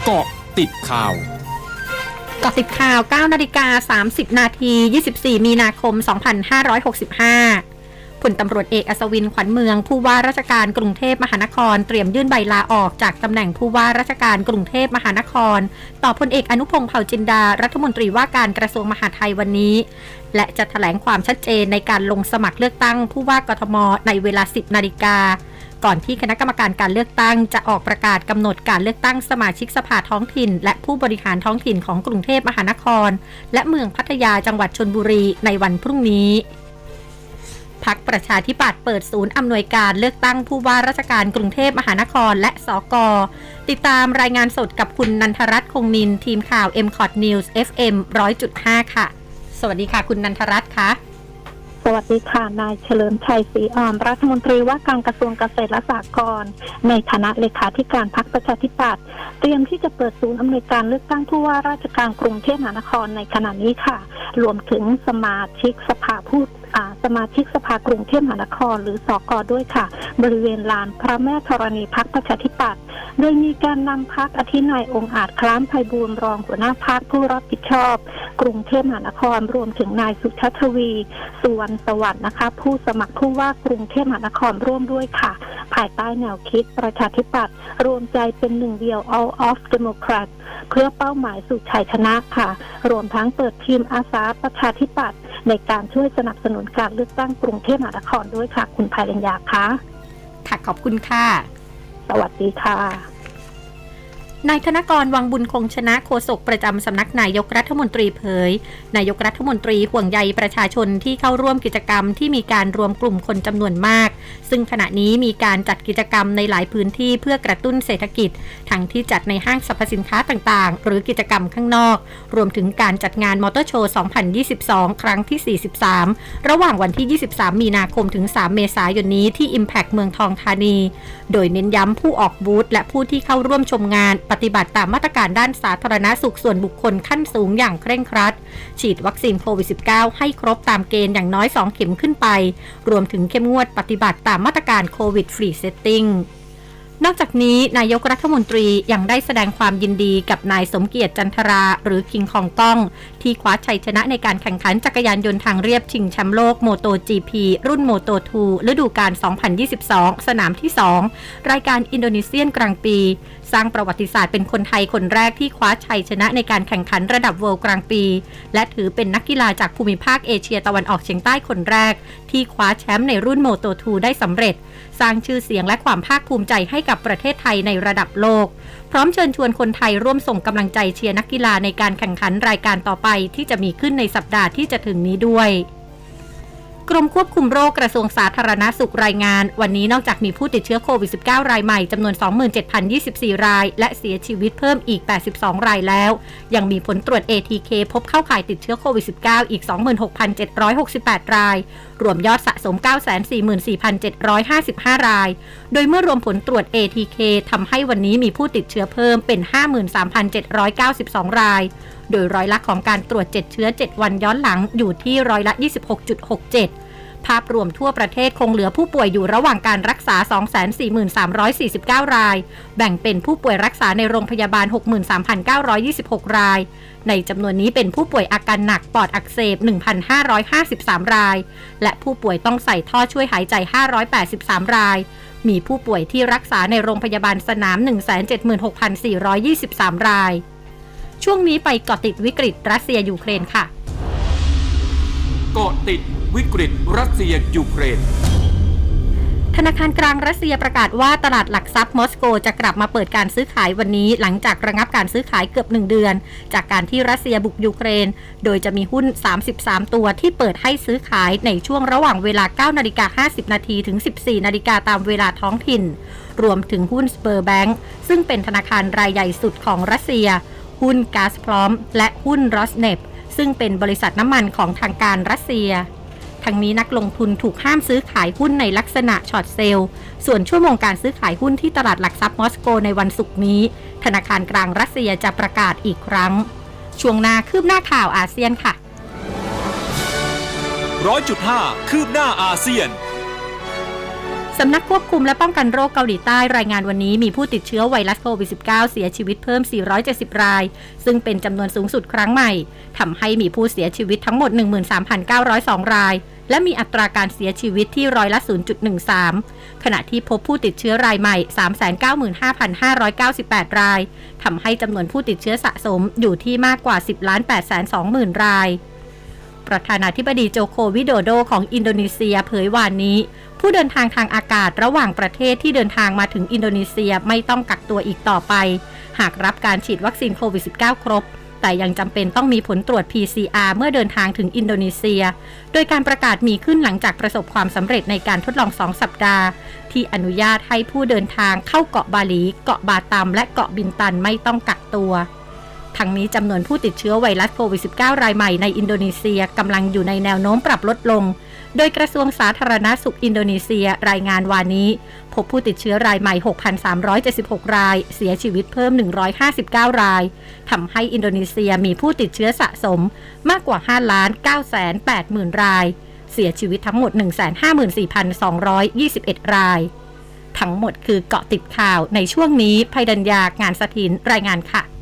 เกาะติดข่าว 9 นาฬิกา 30 นาที 24 มีนาคม 2565 พลตำรวจเอกอัศวินขวัญเมืองผู้ว่าราชการกรุงเทพมหานครเตรียมยื่นใบลาออกจากตำแหน่งผู้ว่าราชการกรุงเทพมหานครต่อพลเอกอนุพงษ์เผ่าจินดารัฐมนตรีว่าการกระทรวงมหาดไทยวันนี้และจะแถลงความชัดเจนในการลงสมัครเลือกตั้งผู้ว่ากทมในเวลา 10 นาฬิกาก่อนที่คณะกรรมการการเลือกตั้งจะออกประกาศกำหนดการเลือกตั้งสมาชิกสภาท้องถิ่นและผู้บริหารท้องถิ่นของกรุงเทพมหานครและเมืองพัทยาจังหวัดชลบุรีในวันพรุ่งนี้พรรคประชาธิปัตย์เปิดศูนย์อำนวยการเลือกตั้งผู้ว่าราชการกรุงเทพมหานครและสก.ติดตามรายงานสดกับคุณนันทรัตน์คงนินทีมข่าว MCOT News FM 100.5 ค่ะสวัสดีค่ะคุณนันทรัตน์ค่ะสวัสดีค่ะนายเฉลิมชัยศรีอ่อนรัฐมนตรีว่าการกระทรวงเกษตรและสหกรณ์ในฐานะเลขาธิการพรรคประชาธิปัตย์เตรียมที่จะเปิดศูนย์อำนวยการเลือกตั้งผู้ว่าราชการกรุงเทพมหานครในขณะนี้ค่ะรวมถึงสมาชิกสภากรุงเทพมหานครหรือสก.ด้วยค่ะบริเวณลานพระแม่ธรณีพรรคประชาธิปัตย์โดยมีการนำพรรคอธินายองค์อาจคล้ามไพบูลย์รองหัวหน้าพรรคผู้รับผิดชอบกรุงเทพมหานครรวมถึงนายสุชาติ ทวีสุวรรณสวัสดิ์นะคะผู้สมัครผู้ว่ากรุงเทพมหานครร่วมด้วยค่ะภายใต้แนวคิดประชาธิปัตย์รวมใจเป็นหนึ่งเดียว All of Democrat เพื่อเป้าหมายสู่ชัยชนะค่ะรวมทั้งเปิดทีมอาสาประชาธิปัตย์ในการช่วยสนับสนุนการเลือกตั้งกรุงเทพมหานครด้วยค่ะคุณภัยรัญญาค่ะขอบคุณค่ะสวัสดีค่ะนายธนกรวังบุญคงชนะโฆษกประจำสำนักนายกรัฐมนตรีเผยนายกรัฐมนตรีห่วงใยประชาชนที่เข้าร่วมกิจกรรมที่มีการรวมกลุ่มคนจำนวนมากซึ่งขณะนี้มีการจัดกิจกรรมในหลายพื้นที่เพื่อกระตุ้นเศรษฐกิจทั้งที่จัดในห้างสรรพสินค้าต่างๆหรือกิจกรรมข้างนอกรวมถึงการจัดงานมอเตอร์โชว์ 2022 ครั้งที่ 43 ระหว่างวันที่ 23 มีนาคมถึง 3 เมษายนนี้ที่ Impact เมืองทองธานีโดยเน้นย้ำผู้ออกบูธและผู้ที่เข้าร่วมชมงานปฏิบัติตามมาตรการด้านสาธารณสุขส่วนบุคคลขั้นสูงอย่างเคร่งครัดฉีดวัคซีนโควิด -19 ให้ครบตามเกณฑ์อย่างน้อย 2 เข็มขึ้นไปรวมถึงเข้มงวดปฏิบัติตามมาตรการโควิดฟรีเซตติ้งนอกจากนี้นายกรัฐมนตรียังได้แสดงความยินดีกับนายสมเกียรติจันทราหรือคิงคองต้องที่คว้าชัยชนะในการแข่งขันจักรยานยนต์ทางเรียบชิงแชมป์โลกโมโต GP รุ่นโมโต 2 ฤดูกาล 2022 สนามที่ 2 รายการอินโดนีเซียนกลางปีสร้างประวัติศาสตร์เป็นคนไทยคนแรกที่คว้าชัยชนะในการแข่งขันระดับเวิลด์กลางปีและถือเป็นนักกีฬาจากภูมิภาคเอเชียตะวันออกเฉียงใต้คนแรกที่คว้าแชมป์ในรุ่นโมโต 2 ได้สำเร็จสร้างชื่อเสียงและความภาคภูมิใจให้กับประเทศไทยในระดับโลกพร้อมเชิญชวนคนไทยร่วมส่งกำลังใจเชียร์นักกีฬาในการแข่งขันรายการต่อไปที่จะมีขึ้นในสัปดาห์ที่จะถึงนี้ด้วยกรมควบคุมโรคกระทรวงสาธารณสุขรายงานวันนี้นอกจากมีผู้ติดเชื้อโควิด -19 รายใหม่จำนวน 27,024 รายและเสียชีวิตเพิ่มอีก82รายแล้วยังมีผลตรวจ ATK พบเข้าข่ายติดเชื้อโควิด -19 อีก 26,768 รายรวมยอดสะสม 944,755 รายโดยเมื่อรวมผลตรวจ ATK ทำให้วันนี้มีผู้ติดเชื้อเพิ่มเป็น 53,792 รายโดยร้อยละของการตรวจ7เชื้อ7วันย้อนหลังอยู่ที่ร้อยละ 26.67 ภาพรวมทั่วประเทศคงเหลือผู้ป่วยอยู่ระหว่างการรักษา 243,349 รายแบ่งเป็นผู้ป่วยรักษาในโรงพยาบาล 63,926 รายในจำนวนนี้เป็นผู้ป่วยอาการหนักปอดอักเสบ 1,553 รายและผู้ป่วยต้องใส่ท่อช่วยหายใจ 583 รายมีผู้ป่วยที่รักษาในโรงพยาบาลสนาม 176,423 รายช่วงนี้ไปเกาะติดวิกฤตรัสเซียยูเครนค่ะเกาะติดวิกฤตรัสเซียยูเครนธนาคารกลางรัสเซียประกาศว่าตลาดหลักทรัพย์มอสโกจะกลับมาเปิดการซื้อขายวันนี้หลังจากระงับการซื้อขายเกือบ1เดือนจากการที่รัสเซียบุกยูเครนโดยจะมีหุ้น33ตัวที่เปิดให้ซื้อขายในช่วงระหว่างเวลา 9:50 นาทีถึง 14:00 นาฬิกาตามเวลาท้องถิ่นรวมถึงหุ้นสเปอร์แบงก์ซึ่งเป็นธนาคารรายใหญ่สุดของรัสเซียหุ้นก๊าซพร้อมและหุ้นรอสเนฟซึ่งเป็นบริษัทน้ำมันของทางการรัสเซียทั้งนี้นักลงทุนถูกห้ามซื้อขายหุ้นในลักษณะช็อตเซลล์ส่วนชั่วโมงการซื้อขายหุ้นที่ตลาดหลักทรัพย์มอสโกในวันศุกร์นี้ธนาคารกลางรัสเซียจะประกาศอีกครั้งช่วงหน้าคืบหน้าข่าวอาเซียนค่ะ 100.5 คืบหน้าอาเซียนสสำนักควบคุมและป้องกันโรคเกาหลีใต้รายงานวันนี้มีผู้ติดเชื้อไวรัสโควิด -19 เสียชีวิตเพิ่ม 470 รายซึ่งเป็นจำนวนสูงสุดครั้งใหม่ทำให้มีผู้เสียชีวิตทั้งหมด 13,902 รายและมีอัตราการเสียชีวิตที่ร้อยละ 0.13 ขณะที่พบผู้ติดเชื้อรายใหม่ 395,598 รายทำให้จำนวนผู้ติดเชื้อสะสมอยู่ที่มากกว่า 10,820,000 รายประธานาธิบดีโจโควิโดโดของอินโดนีเซียเผยวันนี้ผู้เดินทางทางอากาศระหว่างประเทศที่เดินทางมาถึงอินโดนีเซียไม่ต้องกักตัวอีกต่อไปหากรับการฉีดวัคซีนโควิด -19 ครบแต่ยังจำเป็นต้องมีผลตรวจ PCR เมื่อเดินทางถึงอินโดนีเซียโดยการประกาศมีขึ้นหลังจากประสบความสำเร็จในการทดลอง2 สัปดาห์ที่อนุญาตให้ผู้เดินทางเข้าเกาะบาหลีเกาะบาตัมและเกาะบินตันไม่ต้องกักตัวทั้งนี้จำนวนผู้ติดเชื้อไวรัสโควิด -19 รายใหม่ในอินโดนีเซียกำลังอยู่ในแนวโน้มปรับลดลงโดยกระทรวงสาธารณสุขอินโดนีเซียรายงานวันนี้พบผู้ติดเชื้อรายใหม่ 6,376 รายเสียชีวิตเพิ่ม159 รายทำให้อินโดนีเซียมีผู้ติดเชื้อสะสมมากกว่า 5,980,000 รายเสียชีวิตทั้งหมด 154,221 รายทั้งหมดคือเกาะติดข่าวในช่วงนี้ภัยดัญญางานสถินรายงานค่ะ